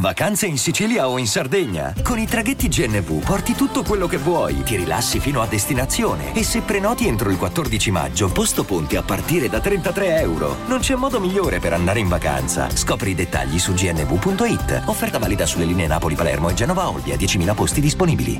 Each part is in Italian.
Vacanze in Sicilia o in Sardegna? Con i traghetti GNV porti tutto quello che vuoi, ti rilassi fino a destinazione e se prenoti entro il 14 maggio, posto ponti a partire da €33. Non c'è modo migliore per andare in vacanza. Scopri i dettagli su gnv.it. Offerta valida sulle linee Napoli-Palermo e Genova-Olbia, 10.000 posti disponibili.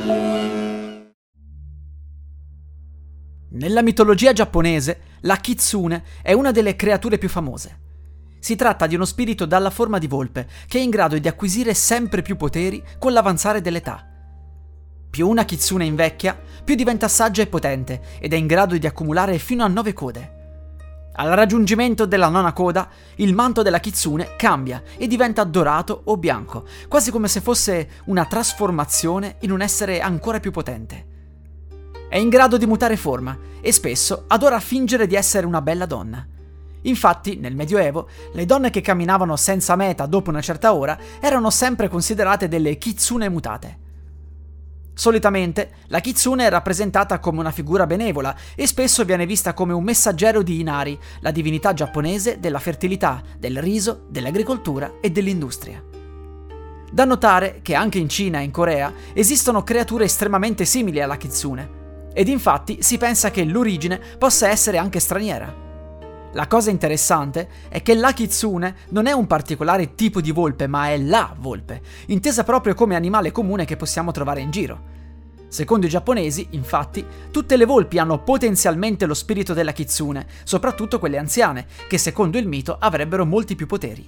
Nella mitologia giapponese, la kitsune è una delle creature più famose. Si tratta di uno spirito dalla forma di volpe che è in grado di acquisire sempre più poteri con l'avanzare dell'età. Più una kitsune invecchia, più diventa saggia e potente ed è in grado di accumulare fino a 9 code. Al raggiungimento della 9ª coda, il manto della kitsune cambia e diventa dorato o bianco, quasi come se fosse una trasformazione in un essere ancora più potente. È in grado di mutare forma e spesso adora fingere di essere una bella donna. Infatti, nel Medioevo, le donne che camminavano senza meta dopo una certa ora erano sempre considerate delle kitsune mutate. Solitamente, la kitsune è rappresentata come una figura benevola e spesso viene vista come un messaggero di Inari, la divinità giapponese della fertilità, del riso, dell'agricoltura e dell'industria. Da notare che anche in Cina e in Corea esistono creature estremamente simili alla kitsune, ed infatti si pensa che l'origine possa essere anche straniera. La cosa interessante è che la kitsune non è un particolare tipo di volpe, ma è la volpe, intesa proprio come animale comune che possiamo trovare in giro. Secondo i giapponesi, infatti, tutte le volpi hanno potenzialmente lo spirito della kitsune, soprattutto quelle anziane, che secondo il mito avrebbero molti più poteri.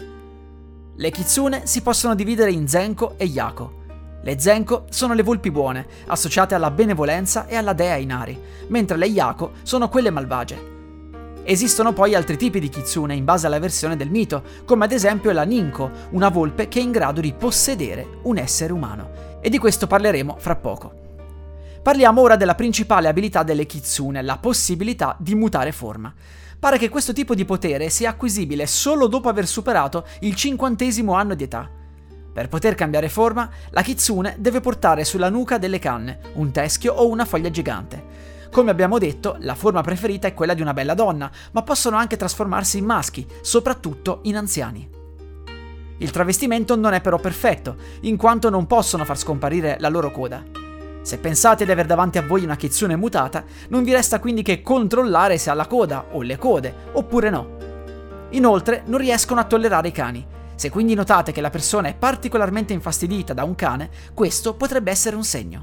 Le kitsune si possono dividere in zenko e yako. Le zenko sono le volpi buone, associate alla benevolenza e alla dea Inari, mentre le yako sono quelle malvagie. Esistono poi altri tipi di kitsune in base alla versione del mito, come ad esempio la ninko, una volpe che è in grado di possedere un essere umano. E di questo parleremo fra poco. Parliamo ora della principale abilità delle kitsune, la possibilità di mutare forma. Pare che questo tipo di potere sia acquisibile solo dopo aver superato il 50° anno di età. Per poter cambiare forma, la kitsune deve portare sulla nuca delle canne, un teschio o una foglia gigante. Come abbiamo detto, la forma preferita è quella di una bella donna, ma possono anche trasformarsi in maschi, soprattutto in anziani. Il travestimento non è però perfetto, in quanto non possono far scomparire la loro coda. Se pensate di aver davanti a voi una kitsune mutata, non vi resta quindi che controllare se ha la coda o le code, oppure no. Inoltre, non riescono a tollerare i cani. Se quindi notate che la persona è particolarmente infastidita da un cane, questo potrebbe essere un segno.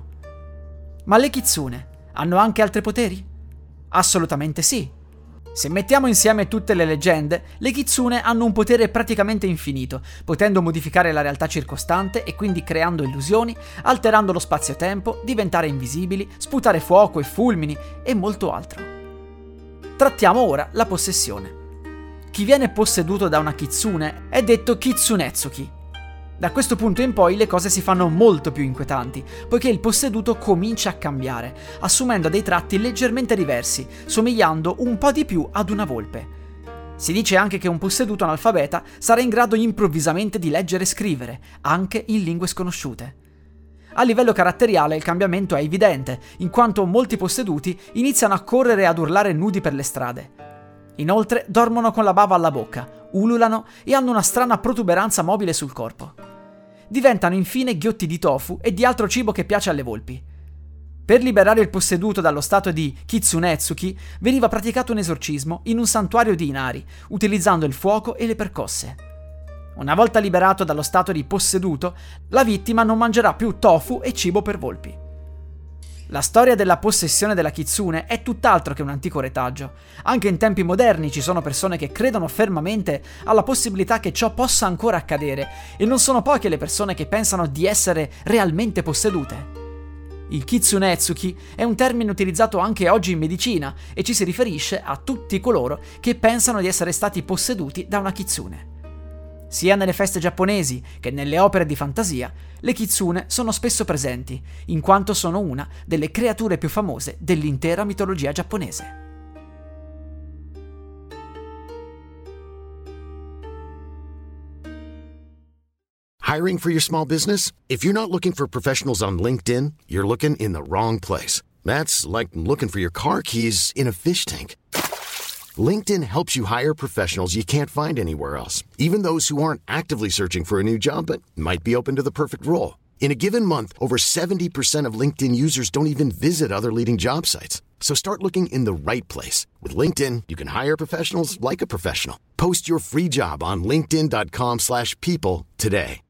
Ma le kitsune hanno anche altri poteri? Assolutamente sì. Se mettiamo insieme tutte le leggende, le kitsune hanno un potere praticamente infinito, potendo modificare la realtà circostante e quindi creando illusioni, alterando lo spazio-tempo, diventare invisibili, sputare fuoco e fulmini e molto altro. Trattiamo ora la possessione. Chi viene posseduto da una kitsune è detto kitsunetsuki. Da questo punto in poi le cose si fanno molto più inquietanti, poiché il posseduto comincia a cambiare, assumendo dei tratti leggermente diversi, somigliando un po' di più ad una volpe. Si dice anche che un posseduto analfabeta sarà in grado improvvisamente di leggere e scrivere, anche in lingue sconosciute. A livello caratteriale il cambiamento è evidente, in quanto molti posseduti iniziano a correre e ad urlare nudi per le strade. Inoltre dormono con la bava alla bocca, ululano e hanno una strana protuberanza mobile sul corpo. Diventano infine ghiotti di tofu e di altro cibo che piace alle volpi. Per liberare il posseduto dallo stato di kitsunetsuki veniva praticato un esorcismo in un santuario di Inari, utilizzando il fuoco e le percosse. Una volta liberato dallo stato di posseduto, la vittima non mangerà più tofu e cibo per volpi. La storia della possessione della kitsune è tutt'altro che un antico retaggio. Anche in tempi moderni ci sono persone che credono fermamente alla possibilità che ciò possa ancora accadere, e non sono poche le persone che pensano di essere realmente possedute. Il kitsunetsuki è un termine utilizzato anche oggi in medicina e ci si riferisce a tutti coloro che pensano di essere stati posseduti da una kitsune. Sia nelle feste giapponesi che nelle opere di fantasia, le kitsune sono spesso presenti, in quanto sono una delle creature più famose dell'intera mitologia giapponese. Hiring for your small business? If you're not looking for professionals on LinkedIn, you're looking in the wrong place. That's like looking for your car keys in a fish tank. LinkedIn helps you hire professionals you can't find anywhere else, even those who aren't actively searching for a new job but might be open to the perfect role. In a given month, over 70% of LinkedIn users don't even visit other leading job sites. So start looking in the right place. With LinkedIn, you can hire professionals like a professional. Post your free job on linkedin.com/people today.